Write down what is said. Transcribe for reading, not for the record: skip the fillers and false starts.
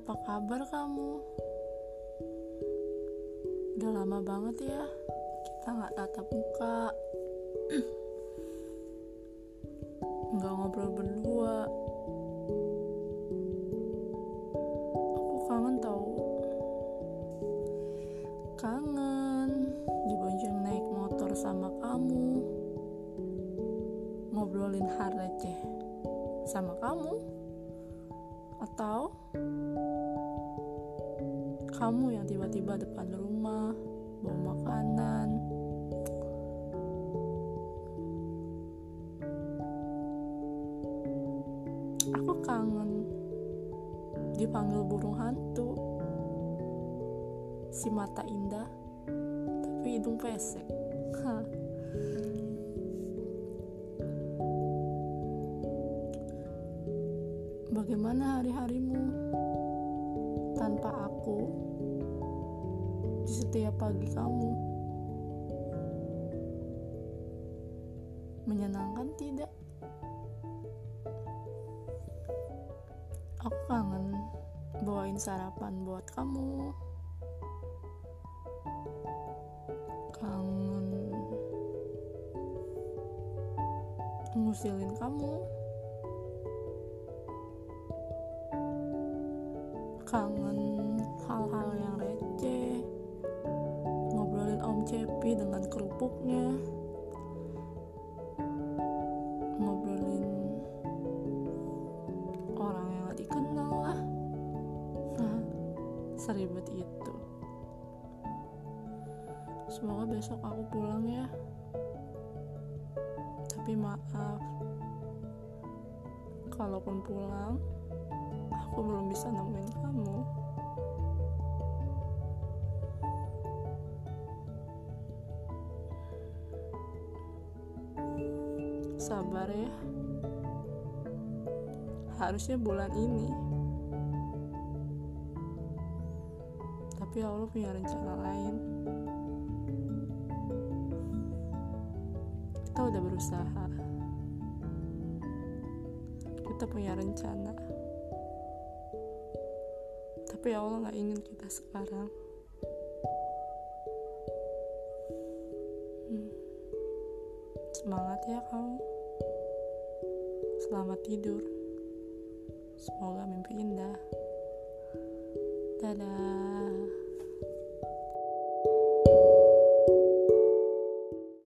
Apa kabar kamu? Udah lama banget ya kita gak tatap muka, gak ngobrol berdua. Aku kangen tau. Kangen dibonceng naik motor sama kamu, ngobrolin hal receh sama kamu, atau kamu yang tiba-tiba depan rumah bawa makanan. Aku kangen dipanggil burung hantu, si mata indah tapi hidung pesek. Bagaimana hari-harimu tanpa aku di setiap pagi kamu? Menyenangkan tidak? Aku kangen bawain sarapan buat kamu, kangen ngusilin kamu, kangen hal-hal yang receh, ngobrolin Om Cepi dengan kerupuknya, ngobrolin orang yang gak dikenal lah. Seribet itu. Semoga besok aku pulang ya. Tapi maaf, kalaupun pulang aku belum bisa nemuin kamu. Sabar ya. Harusnya bulan ini, tapi Allah punya rencana lain. Kita udah berusaha, kita punya rencana, tapi Allah gak ingin kita sekarang. Semangat ya kamu. Selamat tidur. Semoga mimpi indah. Dadah.